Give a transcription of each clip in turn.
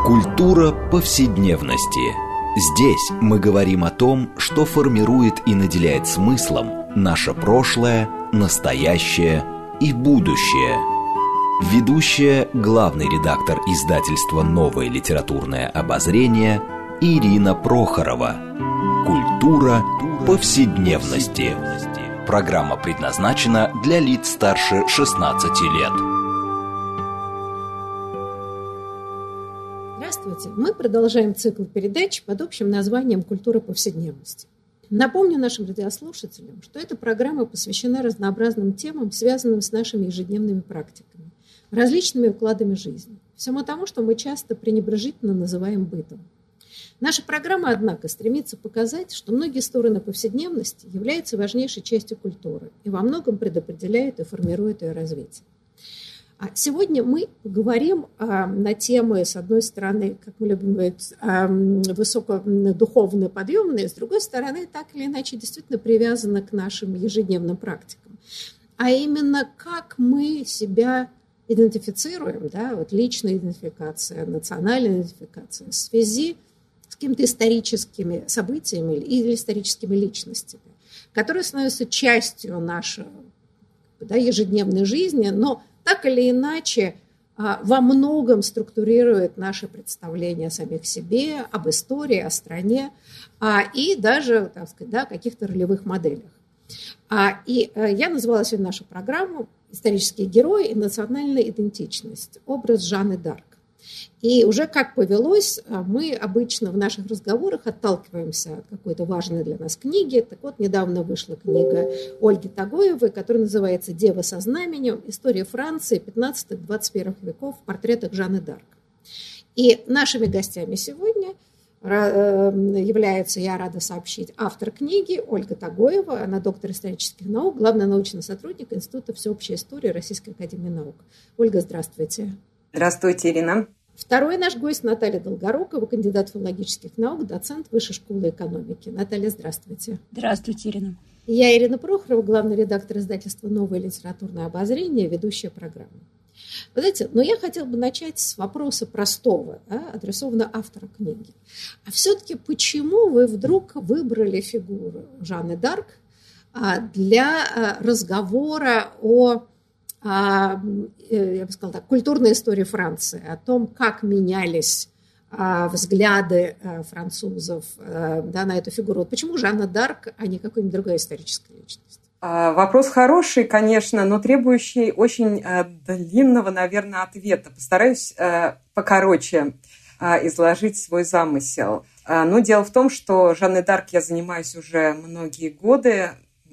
Культура повседневности. Здесь мы говорим о том, что формирует и наделяет смыслом наше прошлое, настоящее и будущее. Ведущая, главный редактор издательства «Новое литературное обозрение» Ирина Прохорова. Культура повседневности. Программа предназначена для лиц старше 16 лет. Здравствуйте! Мы продолжаем цикл передач под общим названием «Культура повседневности». Напомню нашим радиослушателям, что эта программа посвящена разнообразным темам, связанным с нашими ежедневными практиками, различными укладами жизни, всему тому, что мы часто пренебрежительно называем бытом. Наша программа, однако, стремится показать, что многие стороны повседневности являются важнейшей частью культуры и во многом предопределяют и формируют ее развитие. Сегодня мы поговорим на темы, с одной стороны, как мы любим говорить, высокодуховные, подъемные, с другой стороны, так или иначе, действительно привязаны к нашим ежедневным практикам. А именно, как мы себя идентифицируем, да, вот личная идентификация, национальная идентификация в связи с какими-то историческими событиями или историческими личностями, которые становятся частью нашей ежедневной жизни, но так или иначе во многом структурирует наше представление о самих себе, об истории, о стране и даже, так сказать, о каких-то ролевых моделях. И я назвала сегодня нашу программу «Исторические герои и национальная идентичность. Образ Жанны д'Арк». И уже как повелось, мы обычно в наших разговорах отталкиваемся от какой-то важной для нас книги. Так вот, недавно вышла книга Ольги Тагоевой, которая называется «Дева со знаменем. История Франции 15-21 веков в портретах Жанны д'Арк». И нашими гостями сегодня является, я рада сообщить, автор книги Ольга Тагоева. Она доктор исторических наук, главный научный сотрудник Института всеобщей истории Российской академии наук. Ольга, здравствуйте. Здравствуйте, Ирина. Второй наш гость Наталья Долгорукова, кандидат филологических наук, доцент Высшей школы экономики. Наталья, здравствуйте. Здравствуйте, Ирина. Я Ирина Прохорова, главный редактор издательства «Новое литературное обозрение», ведущая программы. Вы знаете, но я хотела бы начать с вопроса простого, адресованного автору книги. А все-таки почему вы вдруг выбрали фигуру Жанны д'Арк для разговора о, я бы сказала так, культурной истории Франции, о том, как менялись взгляды французов на эту фигуру? Вот почему Жанна д'Арк, а не какая-нибудь другая историческая личность? Вопрос хороший, конечно, но требующий очень длинного, наверное, ответа. Постараюсь покороче изложить свой замысел. Но дело в том, что Жанной д'Арк я занимаюсь уже многие годы,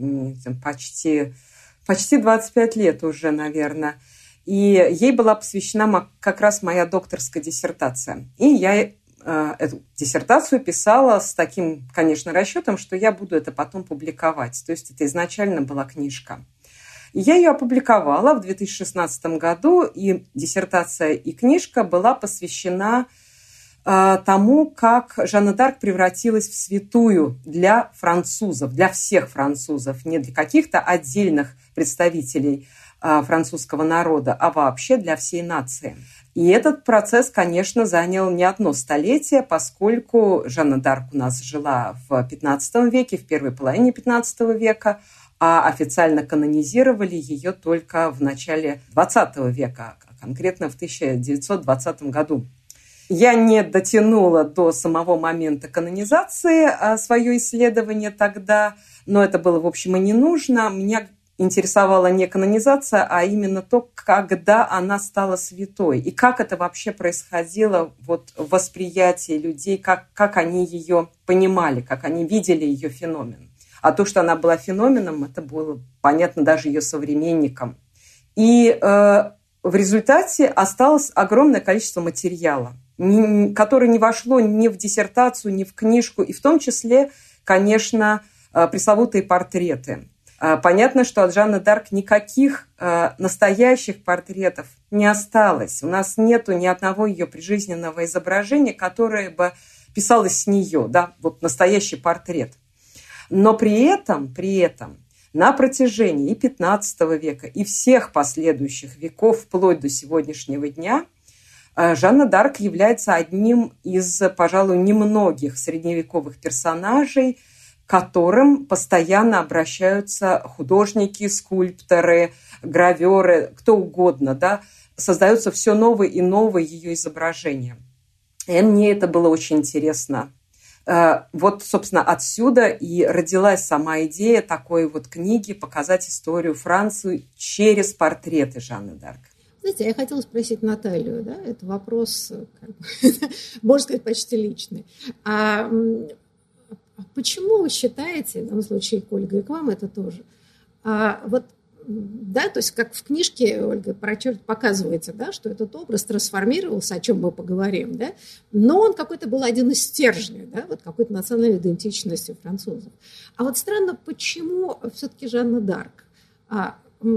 почти 25 лет уже, наверное. И ей была посвящена как раз моя докторская диссертация. И я эту диссертацию писала с таким, конечно, расчетом, что я буду это потом публиковать. То есть это изначально была книжка. И я ее опубликовала в 2016 году, и диссертация и книжка была посвящена тому, как Жанна д'Арк превратилась в святую для французов, для всех французов, не для каких-то отдельных представителей французского народа, а вообще для всей нации. И этот процесс, конечно, занял не одно столетие, поскольку Жанна д'Арк у нас жила в XV веке, в первой половине XV века, а официально канонизировали ее только в начале XX века, конкретно в 1920 году. Я не дотянула до самого момента канонизации свое исследование тогда, но это было, в общем, и не нужно. Меня интересовала не канонизация, а именно то, когда она стала святой, и как это вообще происходило в восприятии людей, как они ее понимали, как они видели ее феномен. А то, что она была феноменом, это было понятно даже ее современникам. И в результате осталось огромное количество материала, которое не вошло ни в диссертацию, ни в книжку, и в том числе, конечно, пресловутые портреты. Понятно, что от Жанны д'Арк никаких настоящих портретов не осталось. У нас нету ни одного ее прижизненного изображения, которое бы писалось с нее, да, вот настоящий портрет. Но при этом на протяжении и XV века, и всех последующих веков, вплоть до сегодняшнего дня, Жанна д'Арк является одним из, пожалуй, немногих средневековых персонажей, к которым постоянно обращаются художники, скульпторы, граверы, кто угодно, да, создаются все новые и новые ее изображения. И мне это было очень интересно. Вот, собственно, отсюда и родилась сама идея такой вот книги показать историю Франции через портреты Жанны д'Арк. Знаете, я хотела спросить Наталью, да, это вопрос, можно сказать, почти личный. А почему вы считаете, в данном случае к Ольге и к вам это тоже, вот, да, то есть как в книжке Ольга показывается, да, что этот образ трансформировался, о чем мы поговорим, да, но он какой-то был один из стержней, да, вот какой-то национальной идентичности французов. А вот странно, почему все-таки Жанна д'Арк?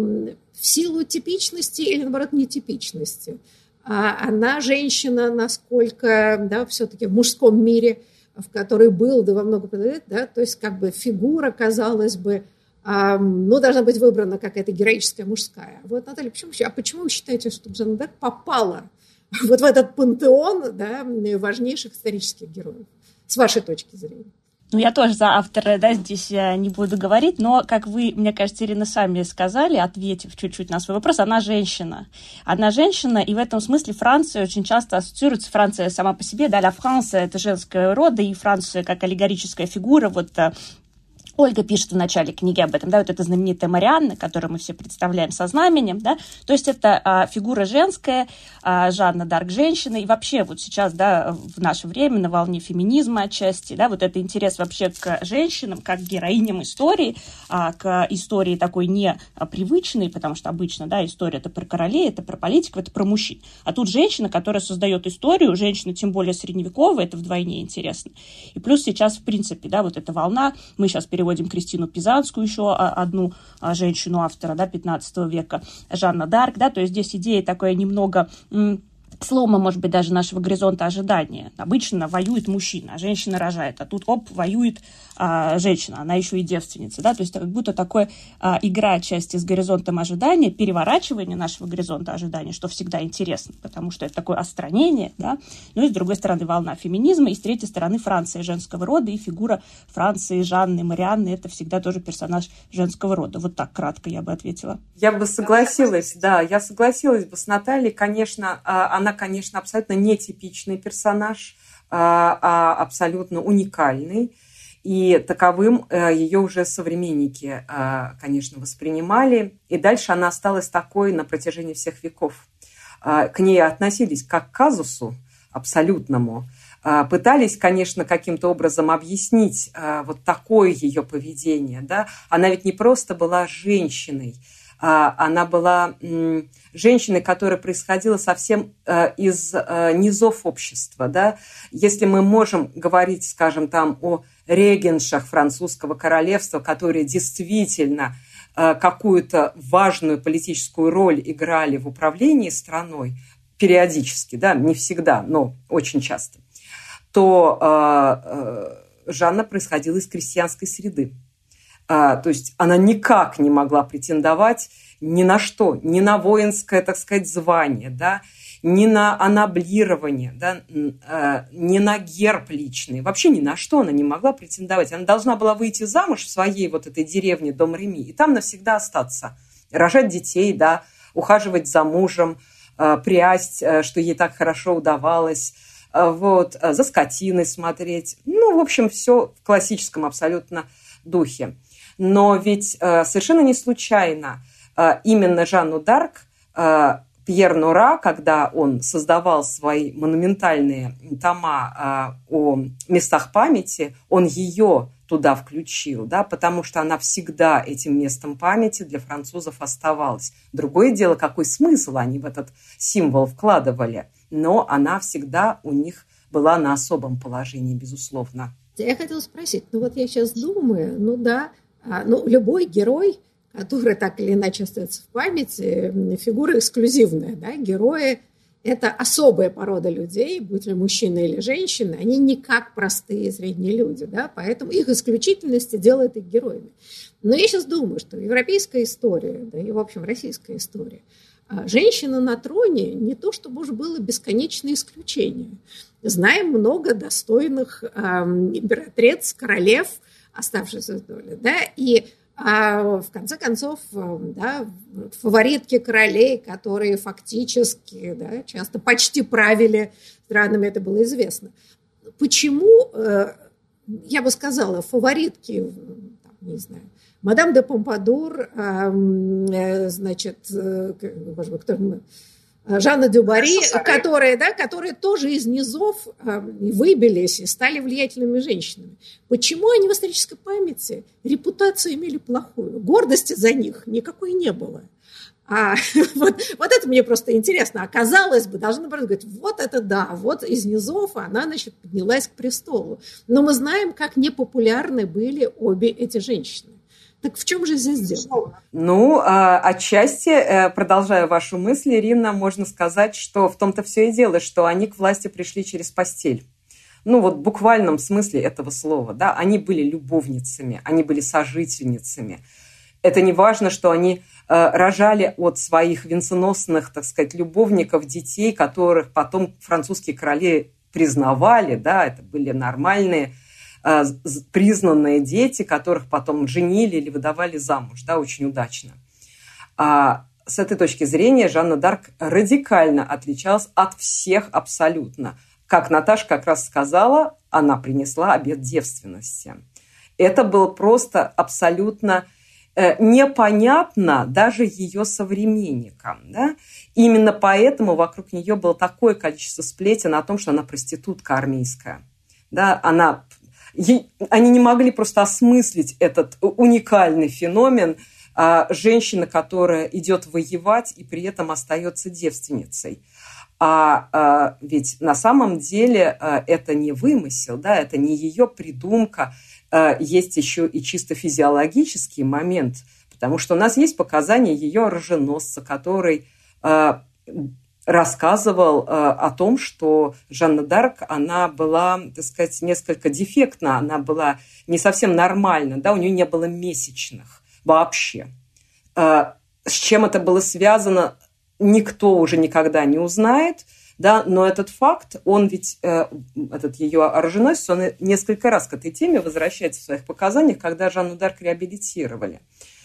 В силу типичности или, наоборот, нетипичности? Она женщина, насколько, да, все-таки в мужском мире, в который был, да, во много лет, да, то есть как бы фигура, казалось бы, ну, должна быть выбрана какая-то героическая мужская. Вот, Наталья, почему вы считаете, что Жанна д'Арк попала вот в этот пантеон, да, важнейших исторических героев, с вашей точки зрения? Ну, я тоже за автора, да, здесь не буду говорить, но, как вы, мне кажется, Ирина, сами сказали, ответив чуть-чуть на свой вопрос, она женщина. Она женщина, и в этом смысле Франция очень часто ассоциируется, Франция сама по себе, да, «Ла Франция» — это женского рода, и Франция как аллегорическая фигура, вот Ольга пишет в начале книги об этом, да, вот эта знаменитая Марианна, которую мы все представляем со знаменем, да, то есть это фигура женская, Жанна д'Арк женщина, и вообще вот сейчас, да, в наше время на волне феминизма отчасти, да, вот это интерес вообще к женщинам, как героиням истории, к истории такой непривычной, потому что обычно, да, история это про королей, это про политиков, это про мужчин, а тут женщина, которая создает историю, женщина тем более средневековая, это вдвойне интересно, и плюс сейчас, в принципе, да, вот эта волна, мы сейчас переводим Кристину Пизанскую, еще одну женщину-автора, да, 15 века, Жанна д'Арк, да, то есть здесь идея такая немного слома, может быть, даже нашего горизонта ожидания. Обычно воюет мужчина, а женщина рожает, а тут, оп, воюет женщина, она еще и девственница, да, то есть как будто такая игра отчасти с горизонтом ожидания, переворачивание нашего горизонта ожидания, что всегда интересно, потому что это такое остранение, да, ну и с другой стороны волна феминизма, и с третьей стороны Франция женского рода, и фигура Франции, Жанны, Марианны, это всегда тоже персонаж женского рода. Вот так кратко я бы ответила. Я бы согласилась, да, я согласилась бы с Натальей, конечно, она, конечно, абсолютно нетипичный персонаж, абсолютно уникальный. И таковым ее уже современники, конечно, воспринимали. И дальше она осталась такой на протяжении всех веков. К ней относились как к казусу абсолютному. Пытались, конечно, каким-то образом объяснить вот такое ее поведение. Да? Она ведь не просто была женщиной. Она была женщиной, которая происходила совсем из низов общества. Да? Если мы можем говорить, скажем, там о регеншах французского королевства, которые действительно какую-то важную политическую роль играли в управлении страной, периодически, да, не всегда, но очень часто, то Жанна происходила из крестьянской среды. То есть она никак не могла претендовать ни на что, ни на воинское, так сказать, звание, да, ни на анаблирование, да, ни на герб личный. Вообще ни на что она не могла претендовать. Она должна была выйти замуж в своей вот этой деревне Дом-Реми и там навсегда остаться, рожать детей, да, ухаживать за мужем, прясть, что ей так хорошо удавалось, вот, за скотиной смотреть. Ну, в общем, все в классическом абсолютно духе. Но ведь совершенно не случайно именно Жанну д'Арк Пьер Нора, когда он создавал свои монументальные тома о местах памяти, он ее туда включил, да, потому что она всегда этим местом памяти для французов оставалась. Другое дело, какой смысл они в этот символ вкладывали, но она всегда у них была на особом положении, безусловно. Я хотела спросить, ну вот я сейчас думаю, ну да, любой герой, который так или иначе остается в памяти, фигура эксклюзивная, да, герои – это особая порода людей, будь ли мужчина или женщина, они не как простые средние люди, да, поэтому их исключительность делает их героями. Но я сейчас думаю, что европейская история, да и, в общем, российская история, Женщина на троне не то чтобы уж было бесконечное исключение. Знаем много достойных императриц, королев, оставшихся в доле, да, и в конце концов, да, фаворитки королей, которые фактически, да, часто почти правили странами, это было известно. Почему, я бы сказала, фаворитки, там, не знаю, мадам де Помпадур, значит, боже мой, кто же, Жанна Дюбари, которые тоже из низов выбились и стали влиятельными женщинами. Почему они в исторической памяти репутацию имели плохую? Гордости за них никакой не было. Вот это мне просто интересно. Оказалось бы, должны просто говорить, вот это да, вот из низов она, значит, поднялась к престолу. Но мы знаем, как непопулярны были обе эти женщины. Так в чем же здесь дело? Ну, отчасти, продолжая вашу мысль, Ирина, можно сказать, что в том-то все и дело, что они к власти пришли через постель. Ну, вот в буквальном смысле этого слова, да, они были любовницами, они были сожительницами. Это не важно, что они рожали от своих венценосных, так сказать, любовников детей, которых потом французские короли признавали, да, это были нормальные, признанные дети, которых потом женили или выдавали замуж, да, очень удачно. С этой точки зрения Жанна д'Арк радикально отличалась от всех абсолютно. Как Наташа как раз сказала, она принесла обет девственности. Это было просто абсолютно непонятно даже ее современникам. Да? Именно поэтому вокруг нее было такое количество сплетен о том, что она проститутка армейская. Да? Они не могли просто осмыслить этот уникальный феномен женщины, которая идет воевать и при этом остается девственницей. Ведь на самом деле это не вымысел, да, это не ее придумка. Есть еще и чисто физиологический момент, потому что у нас есть показания ее оруженосца, который рассказывал о том, что Жанна д'Арк, она была, так сказать, несколько дефектна, она была не совсем нормальна, да, у нее не было месячных вообще. С чем это было связано, никто уже никогда не узнает, да, но этот факт, он ведь, этот ее оруженосец, он несколько раз к этой теме возвращается в своих показаниях, когда Жанну д'Арк реабилитировали.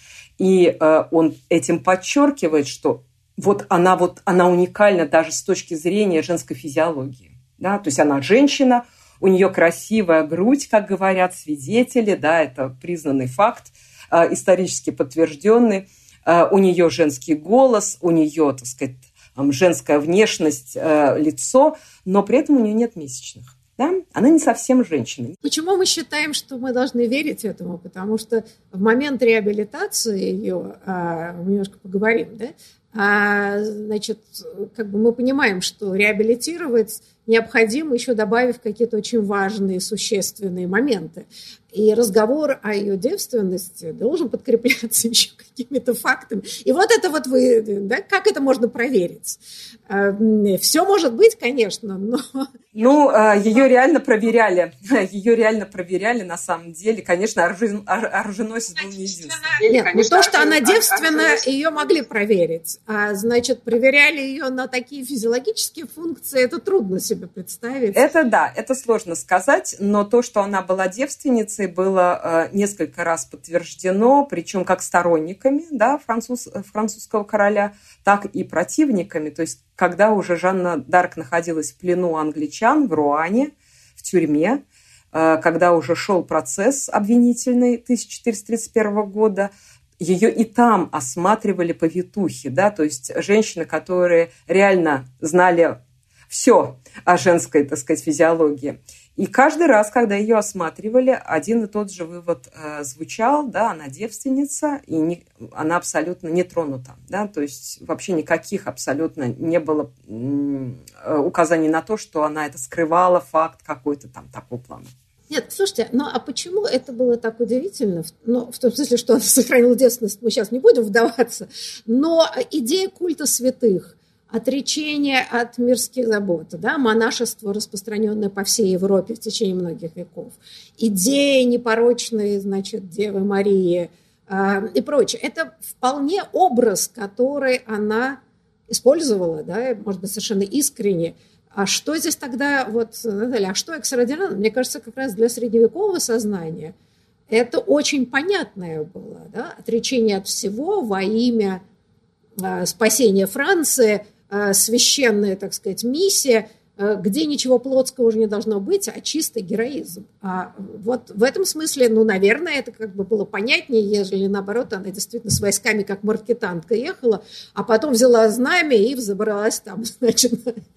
И он этим подчеркивает, что вот она уникальна даже с точки зрения женской физиологии. Да? То есть она женщина, у нее красивая грудь, как говорят свидетели, да, это признанный факт, исторически подтвержденный. У нее женский голос, у нее, так сказать, женская внешность, лицо, но при этом у нее нет месячных. Да? Она не совсем женщина. Почему мы считаем, что мы должны верить этому? Потому что в момент реабилитации ее, мы немножко поговорим, да? Значит, как бы мы понимаем, что реабилитировать необходимо, еще добавив какие-то очень важные, существенные моменты. И разговор о ее девственности должен подкрепляться еще какими-то фактами. И вот это вот вы, да, как это можно проверить? Все может быть, конечно, но... Ну, ее реально проверяли. Ее реально проверяли, на самом деле. Конечно, оруженосец был не единственный. Нет, не то, что она девственна, ее могли проверить. Значит, проверяли ее на такие физиологические функции, это трудно себе представить. Это да, это сложно сказать, но то, что она была девственницей, было несколько раз подтверждено, причем как сторонниками, да, французского короля, так и противниками. То есть, когда уже Жанна д'Арк находилась в плену англичан в Руане, в тюрьме, когда уже шел процесс обвинительный 1431 года, ее и там осматривали повитухи, да, то есть женщины, которые реально знали все о женской, так сказать, физиологии. И каждый раз, когда ее осматривали, один и тот же вывод звучал, да, она девственница, и она абсолютно не тронута, да, то есть вообще никаких абсолютно не было указаний на то, что она это скрывала, факт какой-то там такого плана. Нет, слушайте, ну а почему это было так удивительно? Ну, в том смысле, что она сохранила девственность, мы сейчас не будем вдаваться, но идея культа святых, отречение от мирских забот, да, монашество, распространенное по всей Европе в течение многих веков, идея непорочной, значит, Девы Марии и прочее. Это вполне образ, который она использовала, да, может быть, совершенно искренне. А что здесь тогда, вот, Наталья, а что экстраординарно? Мне кажется, как раз для средневекового сознания это очень понятное было, да, отречение от всего во имя спасения Франции, священная, так сказать, миссия, где ничего плотского уже не должно быть, а чистый героизм. А вот в этом смысле, ну, наверное, это как бы было понятнее, ежели, наоборот, она действительно с войсками, как маркетантка, ехала, а потом взяла знамя и взобралась там, значит,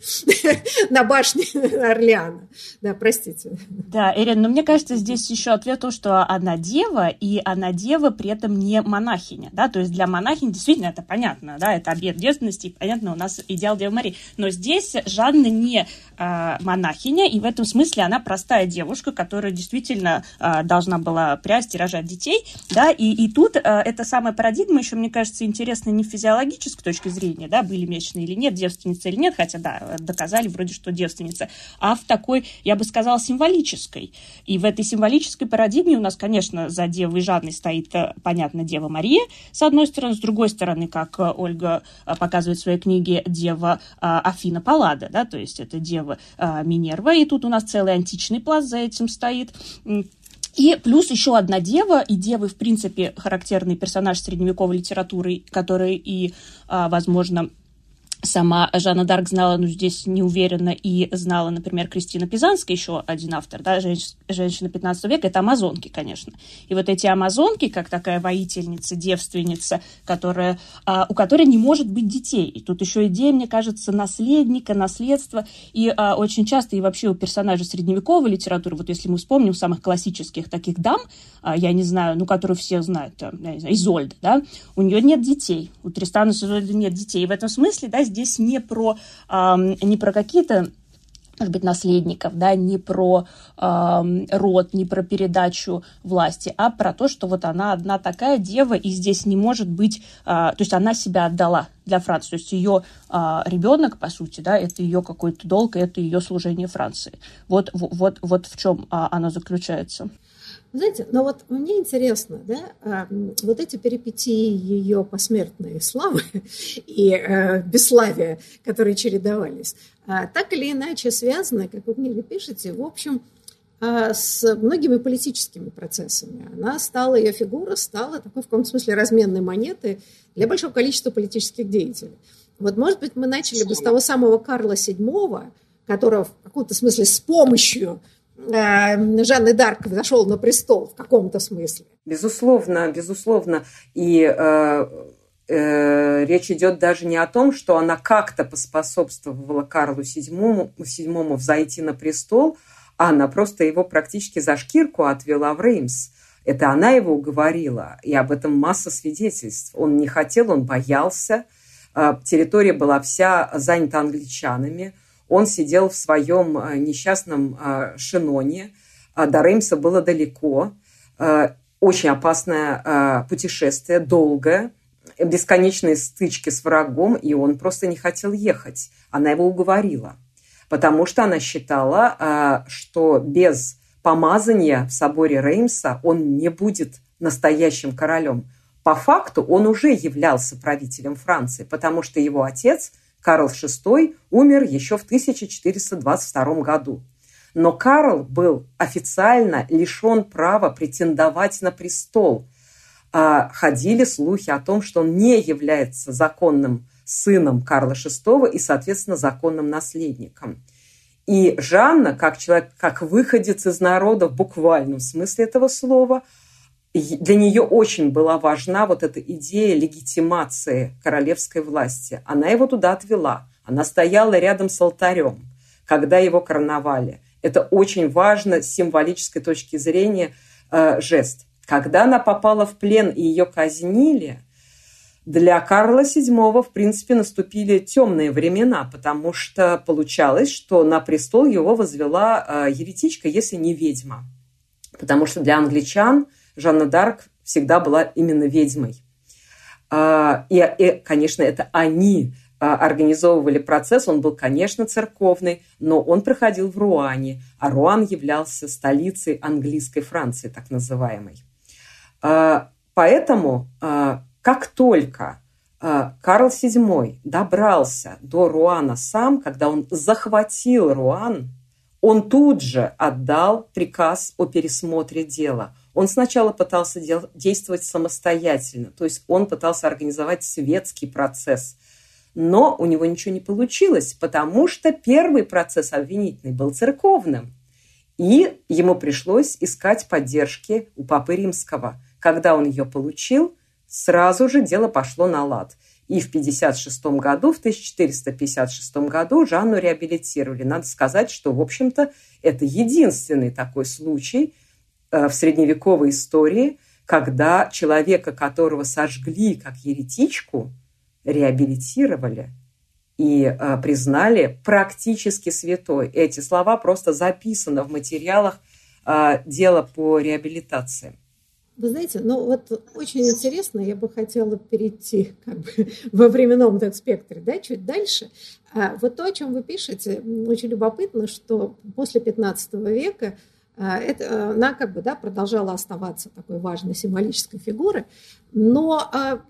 на башне Орлеана. Да, простите. Да, Ирина, но мне кажется, здесь еще ответ в том, что она дева, и она дева при этом не монахиня, да, то есть для монахинь действительно это понятно, да, это обет девственности, и понятно, у нас идеал Девы Марии, но здесь Жанна не монахиня, и в этом смысле она простая девушка, которая действительно должна была прясть и рожать детей, да, и тут эта самая парадигма еще, мне кажется, интересна не физиологической точки зрения, да, были месячные или нет, девственница или нет, хотя, да, доказали вроде, что девственница, а в такой, я бы сказала, символической. И в этой символической парадигме у нас, конечно, за Девой Жанной стоит, понятно, Дева Мария, с одной стороны, с другой стороны, как Ольга показывает в своей книге, Дева Афина Паллада, да, то есть это Дева Минерва, и тут у нас целый античный пласт за этим стоит. И плюс еще одна дева, и девы, в принципе, характерный персонаж средневековой литературы, который и, возможно, сама Жанна д'Арк знала, но здесь не уверена, и знала, например, Кристина Пизанская, еще один автор, да, женщина 15 века, это амазонки, конечно. И вот эти амазонки, как такая воительница, девственница, у которой не может быть детей. И тут еще идея, мне кажется, наследника, наследства. И очень часто, и вообще у персонажей средневековой литературы, вот если мы вспомним самых классических таких дам, я не знаю, ну, которые все знают, я не знаю, Изольда, да, у нее нет детей, у Тристана с Изольдой нет детей. И в этом смысле, да, здесь не про какие-то, может быть, наследников, да, не про род, не про передачу власти, а про то, что вот она одна такая дева, и здесь не может быть, то есть она себя отдала для Франции, то есть ее ребенок, по сути, да, это ее какой-то долг, это ее служение Франции. Вот в чем оно заключается. Знаете, но вот мне интересно, да, вот эти перипетии ее посмертной славы и бесславия, которые чередовались, так или иначе связаны, как вы в книге пишете, в общем, с многими политическими процессами. Ее фигура стала такой, в каком-то смысле, разменной монетой для большого количества политических деятелей. Вот, может быть, мы начали бы с того самого Карла VII, которого в каком-то смысле с помощью Жанны д'Арк взошел на престол в каком-то смысле. Безусловно. И речь идет даже не о том, что она как-то поспособствовала Карлу VII взойти на престол, а она просто его практически за шкирку отвела в Реймс. Это она его уговорила, и об этом масса свидетельств. Он не хотел, он боялся. Территория была вся занята англичанами. Он сидел в своем несчастном Шиноне. До Реймса было далеко. Очень опасное путешествие, долгое, бесконечные стычки с врагом, и он просто не хотел ехать. Она его уговорила, потому что она считала, что без помазания в соборе Реймса он не будет настоящим королем. По факту он уже являлся правителем Франции, потому что его отец Карл VI умер еще в 1422 году. Но Карл был официально лишен права претендовать на престол. Ходили слухи о том, что он не является законным сыном Карла VI и, соответственно, законным наследником. И Жанна, как человек, как выходец из народа в буквальном смысле этого слова, для нее очень была важна вот эта идея легитимации королевской власти. Она его туда отвела. Она стояла рядом с алтарем, когда его короновали. Это очень важно с символической точки зрения жест. Когда она попала в плен и ее казнили, для Карла VII, в принципе, наступили темные времена, потому что получалось, что на престол его возвела еретичка, если не ведьма. Потому что для англичан Жанна д'Арк всегда была именно ведьмой. И, конечно, это они организовывали процесс. Он был, конечно, церковный, но он проходил в Руане, а Руан являлся столицей английской Франции, так называемой. Поэтому, как только Карл VII добрался до Руана сам, когда он захватил Руан, он тут же отдал приказ о пересмотре дела. Он сначала пытался действовать самостоятельно, то есть он пытался организовать светский процесс. Но у него ничего не получилось, потому что первый процесс обвинительный был церковным. И ему пришлось искать поддержки у Папы Римского. Когда он ее получил, сразу же дело пошло на лад. И в 1456 году Жанну реабилитировали. Надо сказать, что, в общем-то, это единственный такой случай в средневековой истории, когда человека, которого сожгли как еретичку, реабилитировали и признали практически святой. Эти слова просто записаны в материалах дела по реабилитации. Вы знаете, ну вот очень интересно, я бы хотела перейти как бы во временном спектре, да, чуть дальше. Вот то, о чем вы пишете, очень любопытно, что после 15 века она как бы, да, продолжала оставаться такой важной символической фигурой, но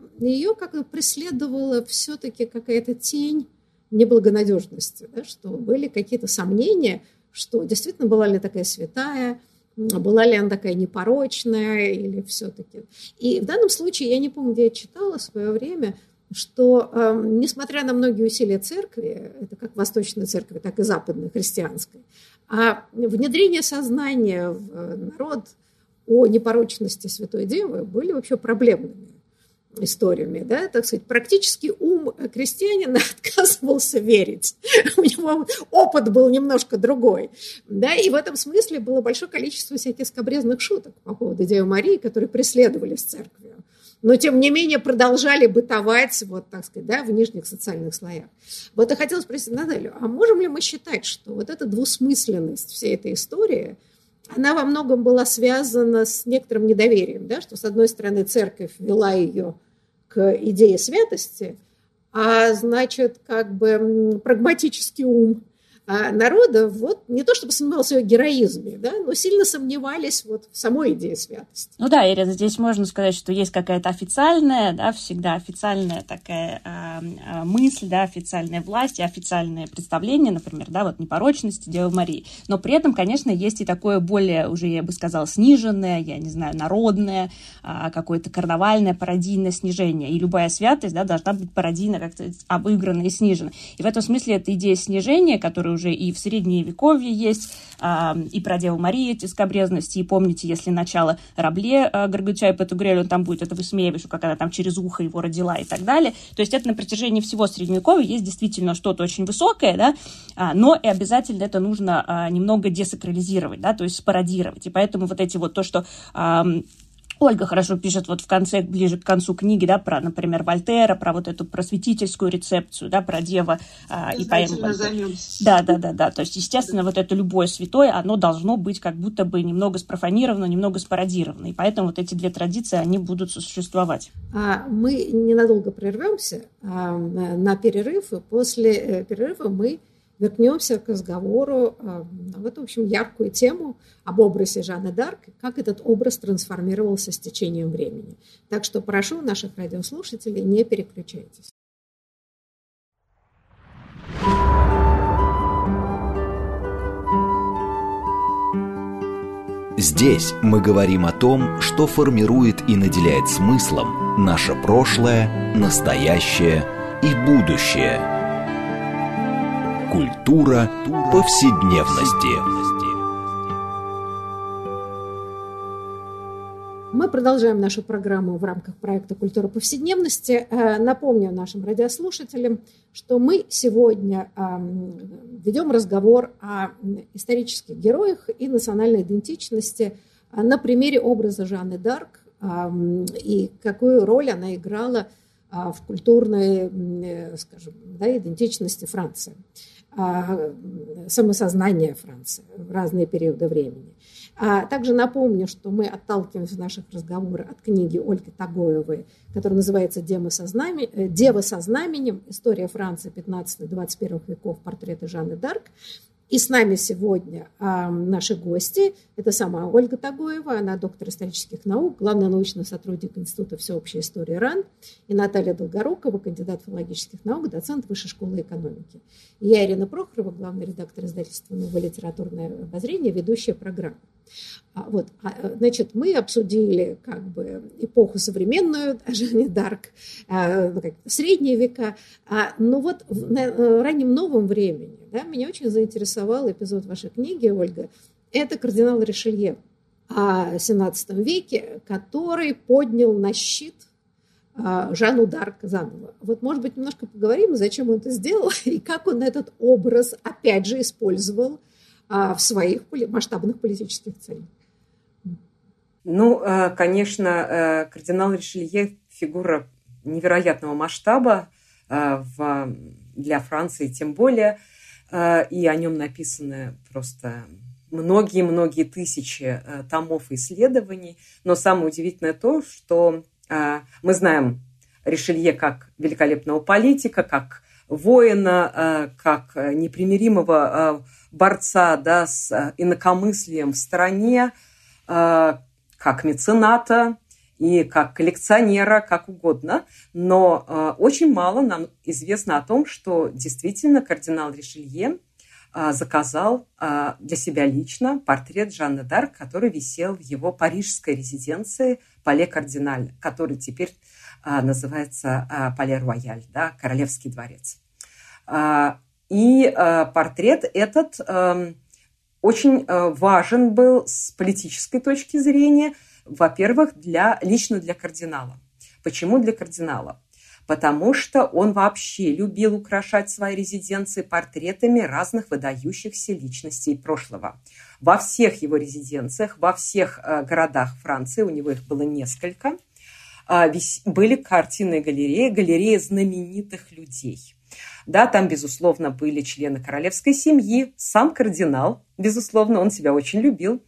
ее как бы преследовала все-таки какая-то тень неблагонадежности, да, что были какие-то сомнения, что действительно была ли такая святая, была ли она такая непорочная или все-таки. И в данном случае, я не помню, где я читала в свое время, что, несмотря на многие усилия церкви, это как восточной церкви, так и западной христианской, а внедрение сознания в народ о непорочности Святой Девы были вообще проблемными историями, да, так сказать, практически ум крестьянина отказывался верить. У него опыт был немножко другой, да, и в этом смысле было большое количество всяких скабрезных шуток по поводу Девы Марии, которые преследовались церковью, но, тем не менее, продолжали бытовать, вот, так сказать, да, в нижних социальных слоях. Вот я хотела спросить Наталью, а можем ли мы считать, что вот эта двусмысленность всей этой истории, она во многом была связана с некоторым недоверием, да, что, с одной стороны, церковь вела ее к идее святости, а, значит, как бы прагматический ум народа, вот, не то чтобы сомневался в ее героизме, да, но сильно сомневались вот в самой идее святости. Ну да, Ирина, здесь можно сказать, что есть какая-то официальная, да, всегда официальная такая мысль, да, официальная власть и официальное представление, например, да, вот непорочности Девы Марии. Но при этом, конечно, есть и такое более, уже, я бы сказала, сниженное, я не знаю, народное, какое-то карнавальное, пародийное снижение. И любая святость, да, должна быть пародийно как-то обыграна и снижена. И в этом смысле эта идея снижения, которая уже и в Средневековье есть, и про Деву Марию эти скабрезности, и помните, если начало Рабле Горгача и Петугрель, он там будет это высмеивать, как она там через ухо его родила и так далее. То есть это на протяжении всего Средневековья есть действительно что-то очень высокое, да, но и обязательно это нужно немного десакрализировать, да, то есть спародировать. И поэтому вот эти вот то, что Ольга хорошо пишет вот в конце, ближе к концу книги, да, про, например, Вольтера, про вот эту просветительскую рецепцию, да, про Дева и поэму. Да. То есть, естественно, вот это любое святое, оно должно быть как будто бы немного спрофанировано, немного спародировано. И поэтому вот эти две традиции, они будут существовать. Мы ненадолго прервемся на перерыв, и после перерыва мы вернемся к разговору в эту, в общем, яркую тему об образе Жанны д'Арк, как этот образ трансформировался с течением времени. Так что прошу наших радиослушателей, не переключайтесь. Здесь мы говорим о том, что формирует и наделяет смыслом наше прошлое, настоящее и будущее. Культура повседневности. Мы продолжаем нашу программу в рамках проекта «Культура повседневности». Напомню нашим радиослушателям, что мы сегодня ведем разговор о исторических героях и национальной идентичности на примере образа Жанны д'Арк и какую роль она играла в культурной, скажем, да, идентичности Франции, самосознания Франции в разные периоды времени. Также напомню, что мы отталкиваемся в наших разговорах от книги Ольги Тагоевой, которая называется «Дева со знаменем. История Франции 15-21 веков. Портреты Жанны д'Арк». И с нами сегодня наши гости. Это сама Ольга Тагоева, она доктор исторических наук, главный научный сотрудник Института всеобщей истории РАН, и Наталья Долгорукова, кандидат филологических наук, доцент Высшей школы экономики. И я, Ирина Прохорова, главный редактор издательства «Новое литературное обозрение», ведущая программы. Значит, мы обсудили эпоху современную, Жанне д'Арк, средние века, но в раннем новом времени меня очень заинтересовал эпизод вашей книги, Ольга. Это кардинал Ришелье в XVII веке, который поднял на щит Жанну д'Арк заново. Может быть, немножко поговорим, зачем он это сделал и как он этот образ опять же использовал в своих масштабных политических целях. Конечно, кардинал Ришелье – фигура невероятного масштаба для Франции тем более, и о нем написаны просто многие-многие тысячи томов исследований. Но самое удивительное то, что мы знаем Ришелье как великолепного политика, как воина, как непримиримого борца с инакомыслием в стране, как мецената и как коллекционера, как угодно. Но очень мало нам известно о том, что действительно кардинал Ришелье заказал для себя лично портрет Жанны д'Арк, который висел в его парижской резиденции Пале Кардиналь, который теперь называется Пале Рояль, Королевский дворец. И портрет этот очень важен был с политической точки зрения, во-первых, лично для кардинала. Почему для кардинала? Потому что он вообще любил украшать свои резиденции портретами разных выдающихся личностей прошлого. Во всех его резиденциях, во всех городах Франции, у него их было несколько, были картинные галереи знаменитых людей. Там, безусловно, были члены королевской семьи, сам кардинал, безусловно, он себя очень любил,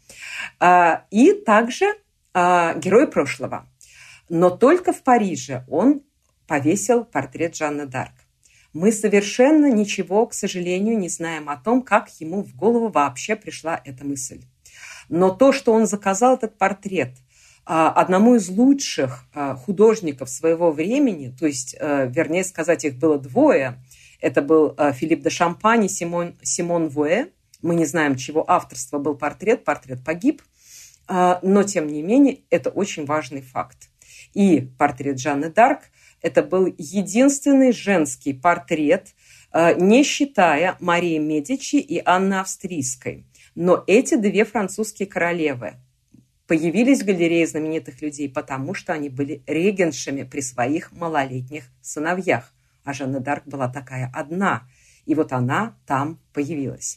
и также герои прошлого. Но только в Париже он повесил портрет Жанны д'Арк. Мы совершенно ничего, к сожалению, не знаем о том, как ему в голову вообще пришла эта мысль. Но то, что он заказал этот портрет одному из лучших художников своего времени, то есть, вернее сказать, их было двое, это был Филипп де Шампань и Симон Вуэ. Мы не знаем, чего авторства был портрет погиб, но, тем не менее, это очень важный факт. И портрет Жанны д'Арк – это был единственный женский портрет, не считая Марии Медичи и Анны Австрийской. Но эти две французские королевы появились в галерее знаменитых людей, потому что они были регентшами при своих малолетних сыновьях. А Жанна д'Арк была такая одна, и она там появилась.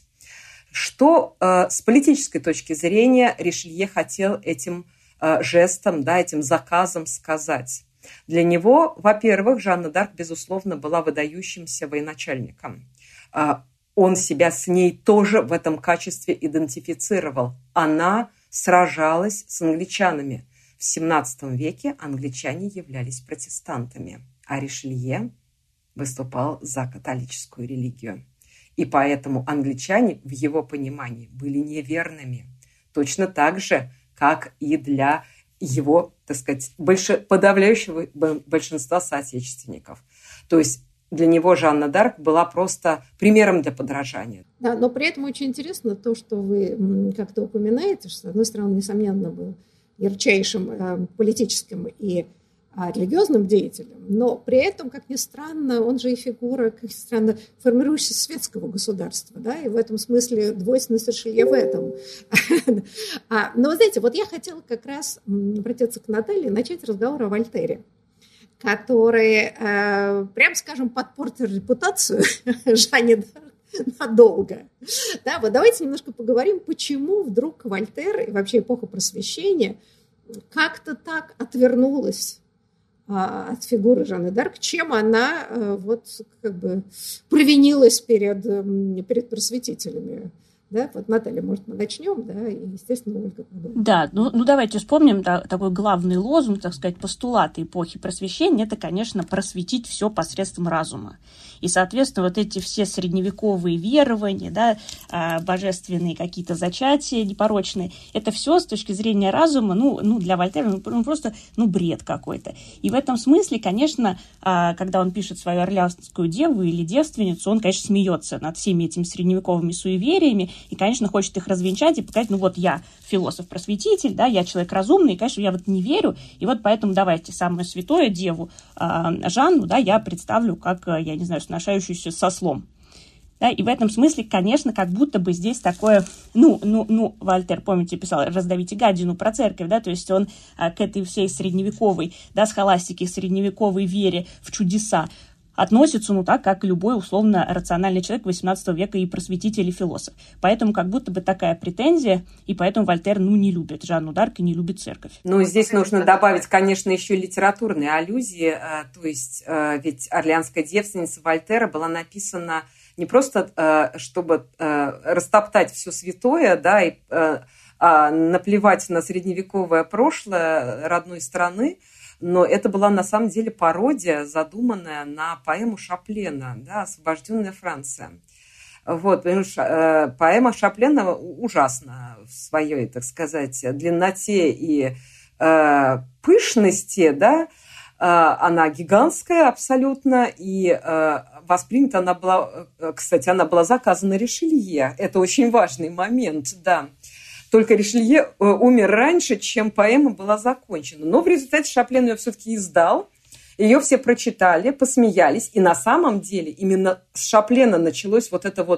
Что с политической точки зрения Ришелье хотел этим жестом, этим заказом сказать? Для него, во-первых, Жанна д'Арк, безусловно, была выдающимся военачальником. Он себя с ней тоже в этом качестве идентифицировал. Она сражалась с англичанами. В XVII веке англичане являлись протестантами, а Ришелье выступал за католическую религию. И поэтому англичане в его понимании были неверными. Точно так же, как и для его, подавляющего большинства соотечественников. То есть для него Жанна д'Арк была просто примером для подражания. Да, но при этом очень интересно то, что вы как-то упоминаете, что, с одной стороны, несомненно, был ярчайшим политическим и религиозным деятелем, но при этом, как ни странно, он же и фигура, как ни странно, формирующаяся светского государства, и в этом смысле двойственность Ришелье в этом. Но, знаете, я хотела как раз обратиться к Наталье и начать разговор о Вольтере, который, прям скажем, подпортил репутацию Жанне д'Арк надолго. Давайте немножко поговорим, почему вдруг Вольтер и вообще эпоха Просвещения как-то так отвернулась от фигуры Жанны д'Арк, чем она провинилась перед просветителями Да, вот, Наталья, может, мы начнем, да, и, естественно, Ольга подумает. Да, ну давайте вспомним, да, такой главный лозунг, так сказать, постулат эпохи Просвещения, это, конечно, просветить все посредством разума. И, соответственно, вот эти все средневековые верования, да, божественные какие-то зачатия непорочные, это все с точки зрения разума, для Вольтера, просто, бред какой-то. И в этом смысле, конечно, когда он пишет свою Орлеанскую деву или девственницу, он, конечно, смеется над всеми этими средневековыми суевериями и, конечно, хочет их развенчать и показать, я философ-просветитель, да, я человек разумный, и, конечно, я не верю, и поэтому давайте самое святое, деву Жанну, да, я представлю как, я не знаю, сношающуюся со ослом. Да, и в этом смысле, конечно, как будто бы здесь такое, Вольтер, помните, писал «раздавите гадину» про церковь, да, то есть он к этой всей средневековой, да, схоластике, средневековой вере в чудеса относится, так, как любой условно рациональный человек XVIII века и просветитель, и философ. Поэтому как будто бы такая претензия, и поэтому Вольтер, не любит Жанну д'Арк и не любит церковь. Здесь нужно добавить, конечно, еще литературные аллюзии, то есть ведь «Орлеанская девственница» Вольтера была написана не просто, чтобы растоптать все святое, да, и наплевать на средневековое прошлое родной страны, но это была на самом деле пародия, задуманная на поэму Шаплена, да, «Освобожденная Франция». Потому что поэма Шаплена ужасна в своей, так сказать, длинноте и пышности, да, она гигантская абсолютно, и воспринята она была заказана Ришелье. Это очень важный момент, да. Только Ришелье умер раньше, чем поэма была закончена. Но в результате Шаплен ее все-таки издал. Ее все прочитали, посмеялись. И на самом деле именно с Шаплена началось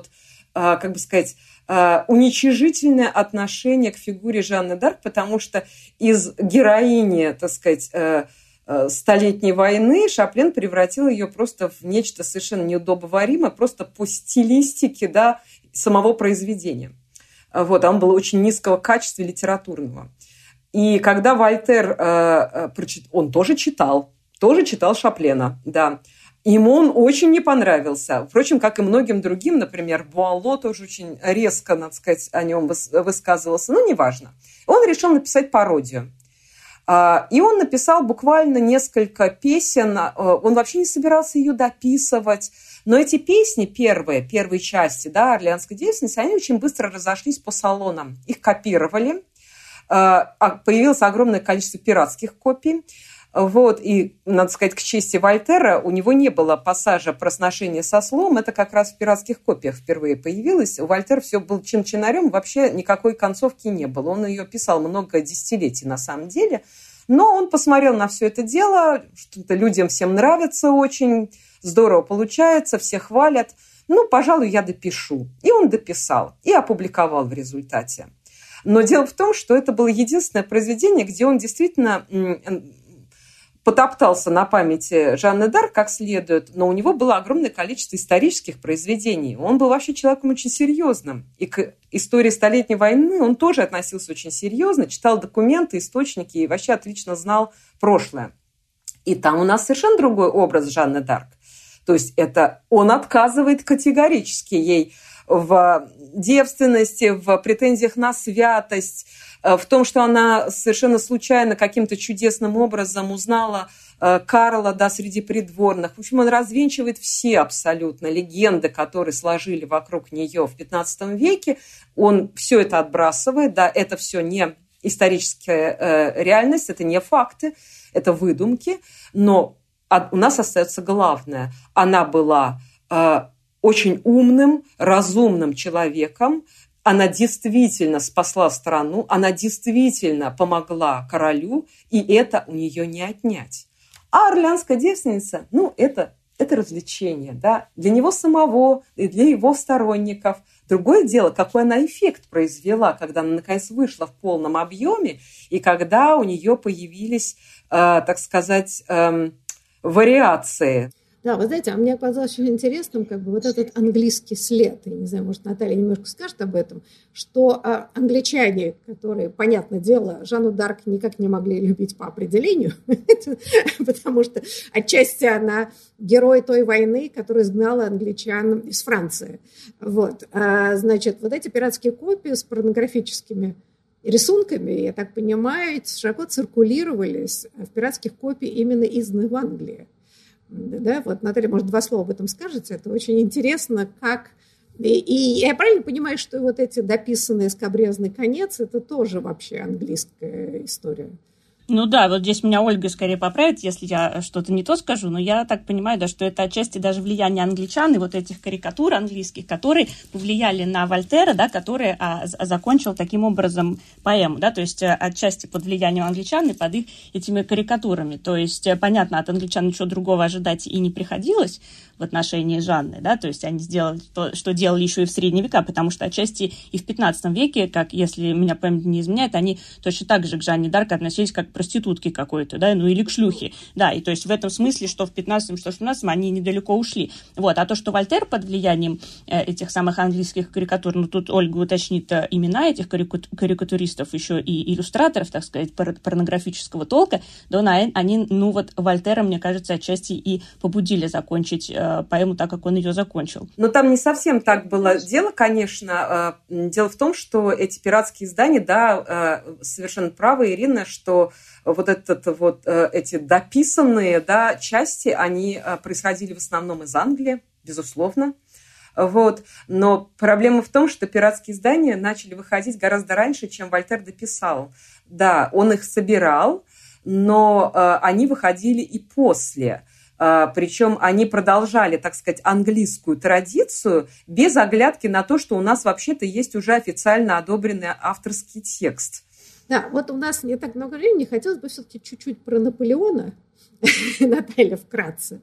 уничижительное отношение к фигуре Жанны д'Арк, потому что из героини, так сказать, Столетней войны Шаплен превратил ее просто в нечто совершенно неудобоваримое, просто по стилистике, да, самого произведения. Он был очень низкого качества литературного. И когда Вольтер он тоже читал Шаплена, да. Ему он очень не понравился. Впрочем, как и многим другим, например, Буало тоже очень резко, надо сказать, о нем высказывался, неважно. Он решил написать пародию. И он написал буквально несколько песен. Он вообще не собирался ее дописывать. Но эти песни, первые части, да, «Орлеанской девственницы», они очень быстро разошлись по салонам. Их копировали. Появилось огромное количество пиратских копий. И, надо сказать, к чести Вольтера, у него не было пассажа про сношение со ослом. Это как раз в пиратских копиях впервые появилось. У Вольтера все был чин-чинарем, вообще никакой концовки не было. Он ее писал много десятилетий на самом деле. Но он посмотрел на все это дело, что-то людям всем нравится очень, здорово получается, все хвалят. Пожалуй, я допишу. И он дописал, и опубликовал в результате. Но дело в том, что это было единственное произведение, где он действительно потоптался на памяти Жанны д'Арк как следует, но у него было огромное количество исторических произведений. Он был вообще человеком очень серьезным. И к истории Столетней войны он тоже относился очень серьезно, читал документы, источники и вообще отлично знал прошлое. И там у нас совершенно другой образ Жанны д'Арк. То есть это он отказывает категорически ей в девственности, в претензиях на святость, в том, что она совершенно случайно каким-то чудесным образом узнала Карла, да, среди придворных. В общем, он развенчивает все абсолютно легенды, которые сложили вокруг нее в XV веке. Он все это отбрасывает, да, это все не историческая реальность, это не факты, это выдумки, но у нас остается главное. Она была очень умным, разумным человеком, она действительно спасла страну, она действительно помогла королю, и это у нее не отнять. А «Орлеанская девственница», это развлечение, да, для него самого и для его сторонников. Другое дело, какой она эффект произвела, когда она, наконец, вышла в полном объеме, и когда у нее появились, так сказать, вариации. Да, вы знаете, а мне оказалось очень интересным как бы вот этот английский след. Я не знаю, может, Наталья немножко скажет об этом, что англичане, которые, понятное дело, Жанну Дарк никак не могли любить по определению, потому что отчасти она герой той войны, которая изгнала англичан из Франции. Вот. Значит, вот эти пиратские копии с порнографическими рисунками, я так понимаю, широко циркулировались в пиратских копиях именно изданных в Англии. Да, вот, Наталья, может, 2 слова об этом скажете. Это очень интересно, как... И я правильно понимаю, что вот эти дописанные скабрезный конец, это тоже вообще английская история? Ну да, вот здесь меня Ольга скорее поправит, если я что-то не то скажу, но я так понимаю, да, что это отчасти даже влияние англичан и вот этих карикатур английских, которые повлияли на Вольтера, да, который закончил таким образом поэму, да, то есть отчасти под влиянием англичан и под их этими карикатурами. То есть, понятно, от англичан ничего другого ожидать и не приходилось в отношении Жанны, да, то есть они сделали то, что делали еще и в средние века, потому что отчасти и в 15 веке, как, если меня память не изменяет, они точно так же к Жанне Дарк относились как к проститутке какой-то, да, ну или к шлюхе, да, и то есть в этом смысле, что в 15-м, что в 17-м они недалеко ушли, вот, а то, что Вольтер под влиянием этих самых английских карикатур, ну тут Ольга уточнит имена этих карикатуристов, еще и иллюстраторов, так сказать, порнографического толка, да, они, ну вот Вольтера, мне кажется, отчасти и побудили закончить поэму так, как он ее закончил. Но там не совсем так было дело, конечно. Дело в том, что эти пиратские издания, да, совершенно правы, Ирина, что вот эти дописанные, да, части, они происходили в основном из Англии, безусловно. Вот. Но проблема в том, что пиратские издания начали выходить гораздо раньше, чем Вольтер дописал. Да, он их собирал, но они выходили и после. Причем они продолжали, так сказать, английскую традицию без оглядки на то, что у нас вообще-то есть уже официально одобренный авторский текст. Да, вот у нас не так много времени, хотелось бы все-таки чуть-чуть про Наполеона, Наталья, вкратце.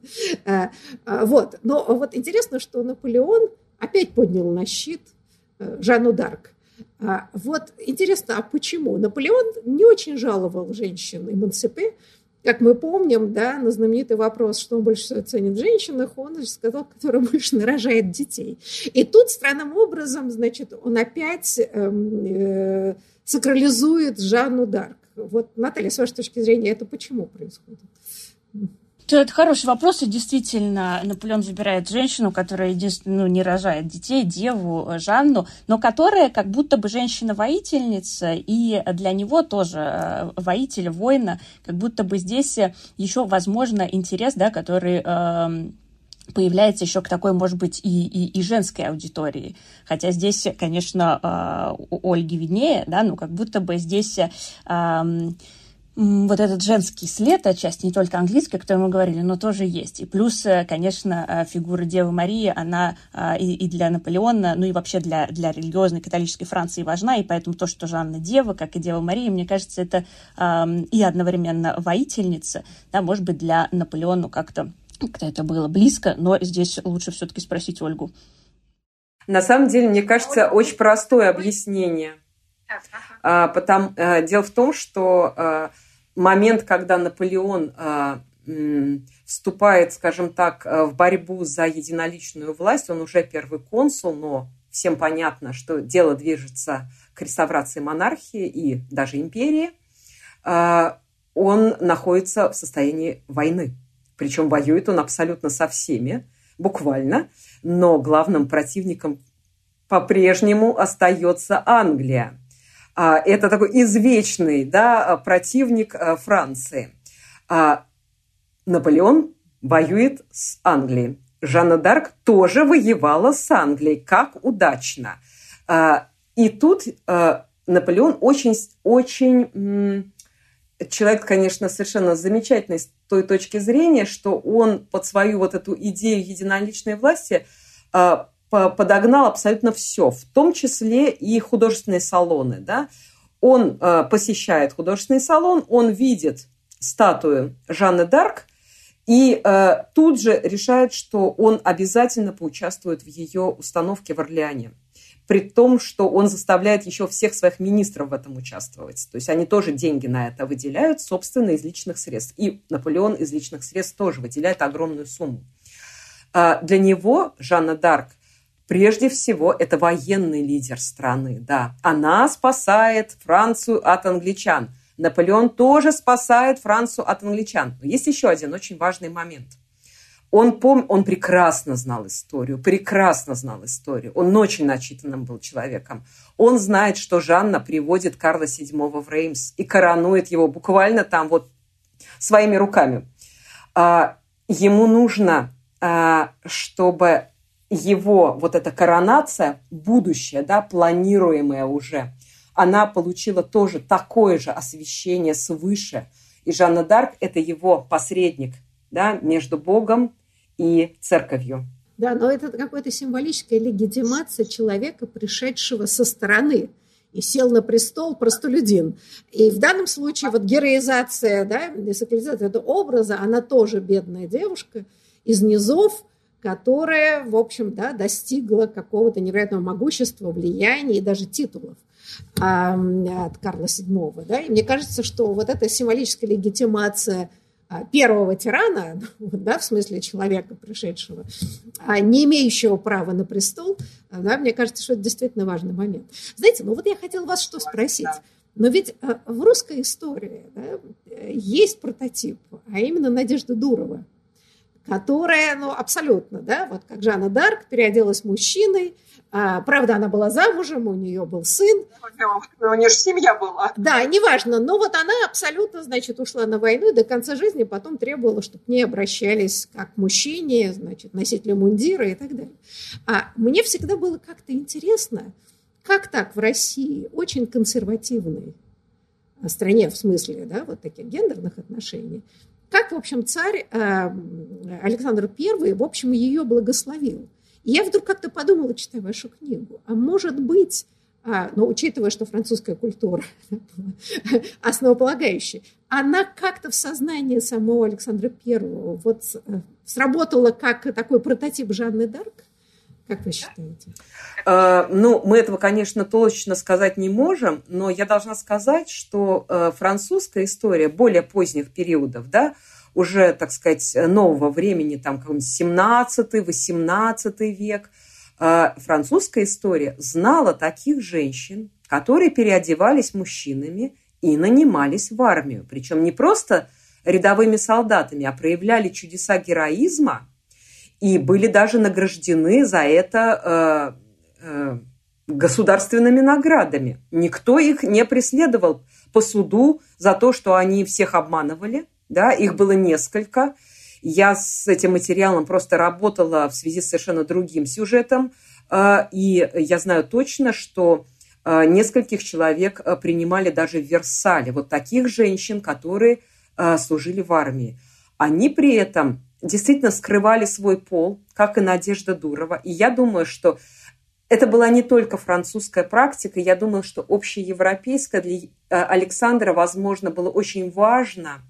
Вот. Но вот интересно, что Наполеон опять поднял на щит Жанну Дарк. Вот интересно, а почему? Наполеон не очень жаловал женщин эмансипе. Как мы помним, да, на знаменитый вопрос, что он больше всего ценит в женщинах, он сказал, которая больше нарожает детей. И тут странным образом, значит, он опять сакрализует Жанну Дарк. Вот, Наталья, с вашей точки зрения, это почему происходит? Это хороший вопрос, и действительно Наполеон выбирает женщину, которая единственная, не рожает детей, деву Жанну, но которая как будто бы женщина-воительница, и для него тоже воитель, воина, как будто бы здесь еще, возможно, интерес, да, который появляется еще к такой, может быть, и женской аудитории. Хотя здесь, конечно, у Ольги виднее, да, но как будто бы здесь... вот этот женский след, отчасти не только английский, о котором мы говорили, но тоже есть. И плюс, конечно, фигура Девы Марии, она и для Наполеона, ну и вообще для религиозной католической Франции важна, и поэтому то, что Жанна Дева, как и Дева Мария, мне кажется, это и одновременно воительница, да, может быть, для Наполеона как-то это было близко, но здесь лучше все-таки спросить Ольгу. На самом деле, мне кажется, очень простое объяснение. Дело в том, что момент, когда Наполеон вступает, скажем так, в борьбу за единоличную власть, он уже первый консул, но всем понятно, что дело движется к реставрации монархии и даже империи, он находится в состоянии войны. Причем воюет он абсолютно со всеми, буквально, но главным противником по-прежнему остается Англия. Это такой извечный, да, противник Франции. Наполеон воюет с Англией. Жанна Дарк тоже воевала с Англией. Как удачно. И тут Наполеон очень человек, конечно, совершенно замечательный с той точки зрения, что он под свою вот эту идею единоличной власти подогнал абсолютно все, в том числе и художественные салоны. Да? Он посещает художественный салон, он видит статую Жанны Дарк и тут же решает, что он обязательно поучаствует в ее установке в Орлеане. При том, что он заставляет еще всех своих министров в этом участвовать. То есть они тоже деньги на это выделяют, собственно, из личных средств. И Наполеон из личных средств тоже выделяет огромную сумму. Для него Жанна д'Арк прежде всего это военный лидер страны. Да. Она спасает Францию от англичан. Наполеон тоже спасает Францию от англичан. Но есть еще один очень важный момент. Он прекрасно знал историю. Он очень начитанным был человеком. Он знает, что Жанна приводит Карла VII в Реймс и коронует его буквально там вот своими руками. Ему нужно, чтобы его вот эта коронация, будущее, да, планируемая уже, она получила тоже такое же освящение свыше. И Жанна д'Арк – это его посредник, да, между Богом и церковью. Да, но это какая-то символическая легитимация человека, пришедшего со стороны, и сел на престол простолюдин. И в данном случае вот героизация, да, сакрализация этого образа, она тоже бедная девушка из низов, которая, в общем, да, достигла какого-то невероятного могущества, влияния и даже титулов от Карла VII. Да? И мне кажется, что вот эта символическая легитимация первого тирана, да, в смысле человека, пришедшего, не имеющего права на престол, да, мне кажется, что это действительно важный момент. Знаете, ну вот я хотела вас что спросить. Но ведь в русской истории, да, есть прототип, а именно Надежда Дурова, которая, ну, абсолютно, да, вот как Жанна д'Арк переоделась мужчиной. Правда, она была замужем, у нее был сын. У нее же семья была. Да, неважно, но вот она абсолютно, значит, ушла на войну и до конца жизни потом требовала, чтобы к ней обращались как к мужчине, значит, носителю мундира и так далее. Мне всегда было как-то интересно, как так в России, очень консервативной стране, в смысле, да, вот таких гендерных отношений, как, в общем, царь Александр I, в общем, ее благословил. И я вдруг как-то подумала, читая вашу книгу, а может быть, но учитывая, что французская культура основополагающая, она как-то в сознании самого Александра I вот сработала как такой прототип Жанны д'Арк? Как вы считаете? Ну, мы этого, конечно, точно сказать не можем, но я должна сказать, что французская история более поздних периодов, да, уже, так сказать, нового времени, там, какой-нибудь 17-18 век, французская история знала таких женщин, которые переодевались мужчинами и нанимались в армию. Причем не просто рядовыми солдатами, а проявляли чудеса героизма, и были даже награждены за это государственными наградами. Никто их не преследовал по суду за то, что они всех обманывали. Да, их было несколько. Я с этим материалом просто работала в связи с совершенно другим сюжетом. И я знаю точно, что нескольких человек принимали даже в Версале. Вот таких женщин, которые служили в армии. Они при этом действительно скрывали свой пол, как и Надежда Дурова. И я думаю, что это была не только французская практика, я думаю, что общеевропейская. Для Александра, возможно, было очень важно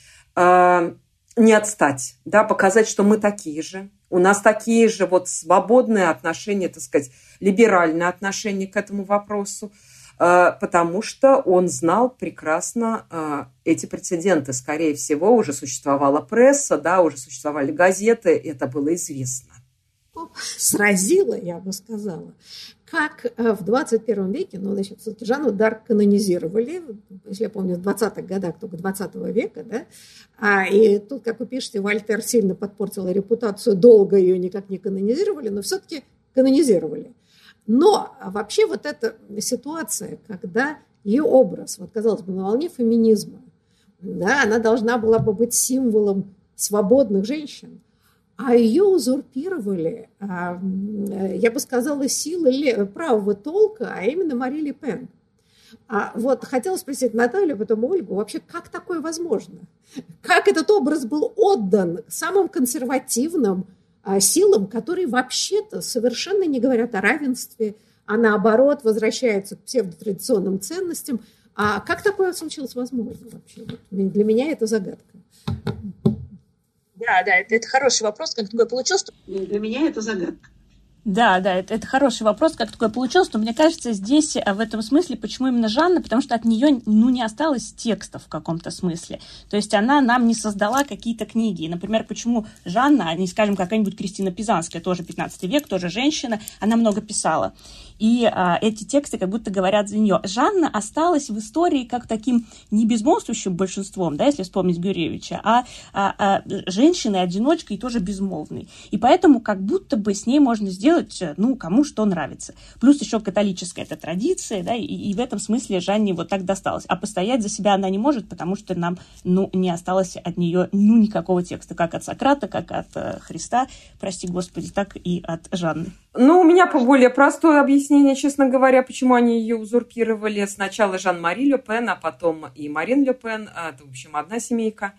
не отстать, да, показать, что мы такие же. У нас такие же вот свободные отношения, так сказать, либеральные отношения к этому вопросу, потому что он знал прекрасно эти прецеденты. Скорее всего, уже существовала пресса, да, уже существовали газеты, это было известно. Сразило, я бы сказала, как в 21 веке, ну, значит, все-таки Жанну д'Арк канонизировали, если я помню, в 20-х годах только 20 века, да, и тут, как вы пишете, Вольтер сильно подпортил репутацию, долго ее никак не канонизировали, но все-таки канонизировали. Но вообще вот эта ситуация, когда ее образ, вот, казалось бы, на волне феминизма, да, она должна была бы быть символом свободных женщин, а ее узурпировали, я бы сказала, силы правого толка, а именно Мари Ле Пен. Вот хотела спросить Наталью, потом Ольгу, вообще как такое возможно? Как этот образ был отдан самым консервативным силам, которые вообще-то совершенно не говорят о равенстве, а наоборот возвращаются к псевдотрадиционным ценностям? А как такое случилось возможно вообще? Для меня это загадка. Да, это хороший вопрос, как такое получилось. Для меня это загадка. Да, это хороший вопрос, как такое получилось, но мне кажется, здесь в этом смысле, почему именно Жанна, потому что от нее, не осталось текста в каком-то смысле. То есть она нам не создала какие-то книги. Например, почему Жанна, а не, скажем, какая-нибудь Кристина Пизанская, тоже 15 век, тоже женщина, она много писала. И эти тексты как будто говорят за нее. Жанна осталась в истории как таким не безмолвствующим большинством, да, если вспомнить Гуревича, а женщиной-одиночкой и тоже безмолвной. И поэтому как будто бы с ней можно сделать, кому что нравится. Плюс еще католическая эта традиция, да, и в этом смысле Жанне вот так досталось. А постоять за себя она не может, потому что нам, не осталось от нее, никакого текста, как от Сократа, как от Христа, прости Господи, так и от Жанны. У меня более простое объяснение, честно говоря, почему они ее узурпировали. Сначала Жан-Мари Ле Пен, а потом и Марин Ле Пен. Это, в общем, одна семейка.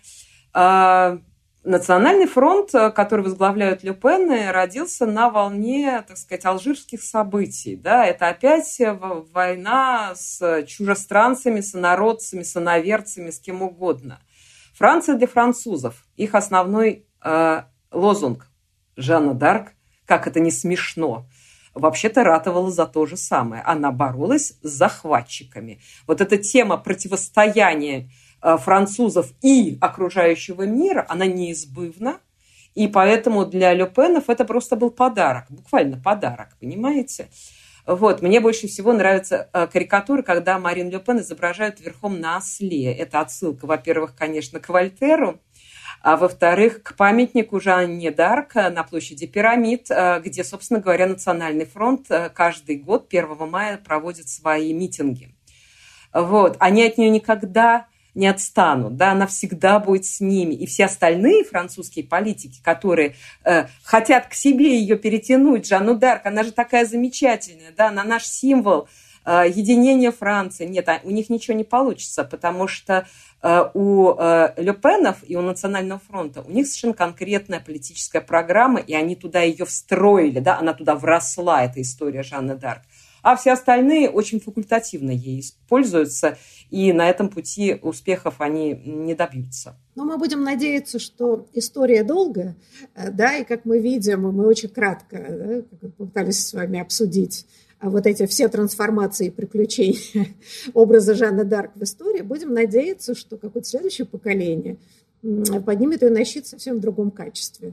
Национальный фронт, который возглавляют Ле Пены, родился на волне, так сказать, алжирских событий. Да? Это опять война с чужестранцами, с инородцами, с иноверцами, с кем угодно. Франция для французов. Их основной лозунг Жанна д'Арк, как это не смешно, вообще-то ратовала за то же самое. Она боролась с захватчиками. Вот эта тема противостояния французов и окружающего мира, она неизбывна. И поэтому для Ле Пенов это просто был подарок. Буквально подарок, понимаете? Вот. Мне больше всего нравятся карикатуры, когда Марин Ле Пен изображают верхом на осле. Это отсылка, во-первых, конечно, к Вольтеру, а во-вторых, к памятнику Жанне д'Арк на площади Пирамид, где, собственно говоря, Национальный фронт каждый год 1 мая проводит свои митинги. Вот. Они от нее никогда не отстанут, да, она всегда будет с ними. И все остальные французские политики, которые хотят к себе ее перетянуть, Жанну д'Арк, она же такая замечательная, да, она наш символ единения Франции. Нет, у них ничего не получится, потому что у Ле Пенов и у Национального фронта у них совершенно конкретная политическая программа, и они туда ее встроили, да, она туда вросла, эта история Жанны д'Арк. А все остальные очень факультативно ей пользуются, и на этом пути успехов они не добьются. Но мы будем надеяться, что история долгая, да, и как мы видим, мы очень кратко, да, как попытались с вами обсудить вот эти все трансформации и приключения образа Жанны д'Арк в истории, будем надеяться, что какое-то следующее поколение поднимет ее на щит совсем в другом качестве.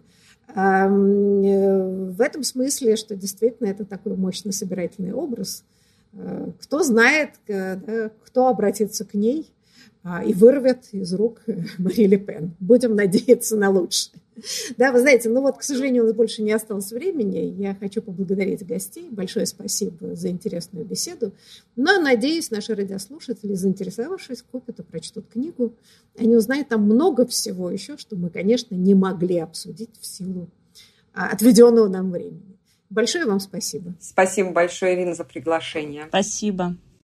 В этом смысле, что действительно это такой мощный собирательный образ. Кто знает, кто обратится к ней и вырвет из рук Мари Ле Пен. Будем надеяться на лучшее. Да, вы знаете, к сожалению, у нас больше не осталось времени. Я хочу поблагодарить гостей. Большое спасибо за интересную беседу. Но, надеюсь, наши радиослушатели, заинтересовавшись, купят и прочтут книгу. Они узнают там много всего еще, что мы, конечно, не могли обсудить в силу отведенного нам времени. Большое вам спасибо. Спасибо большое, Ирина, за приглашение. Спасибо.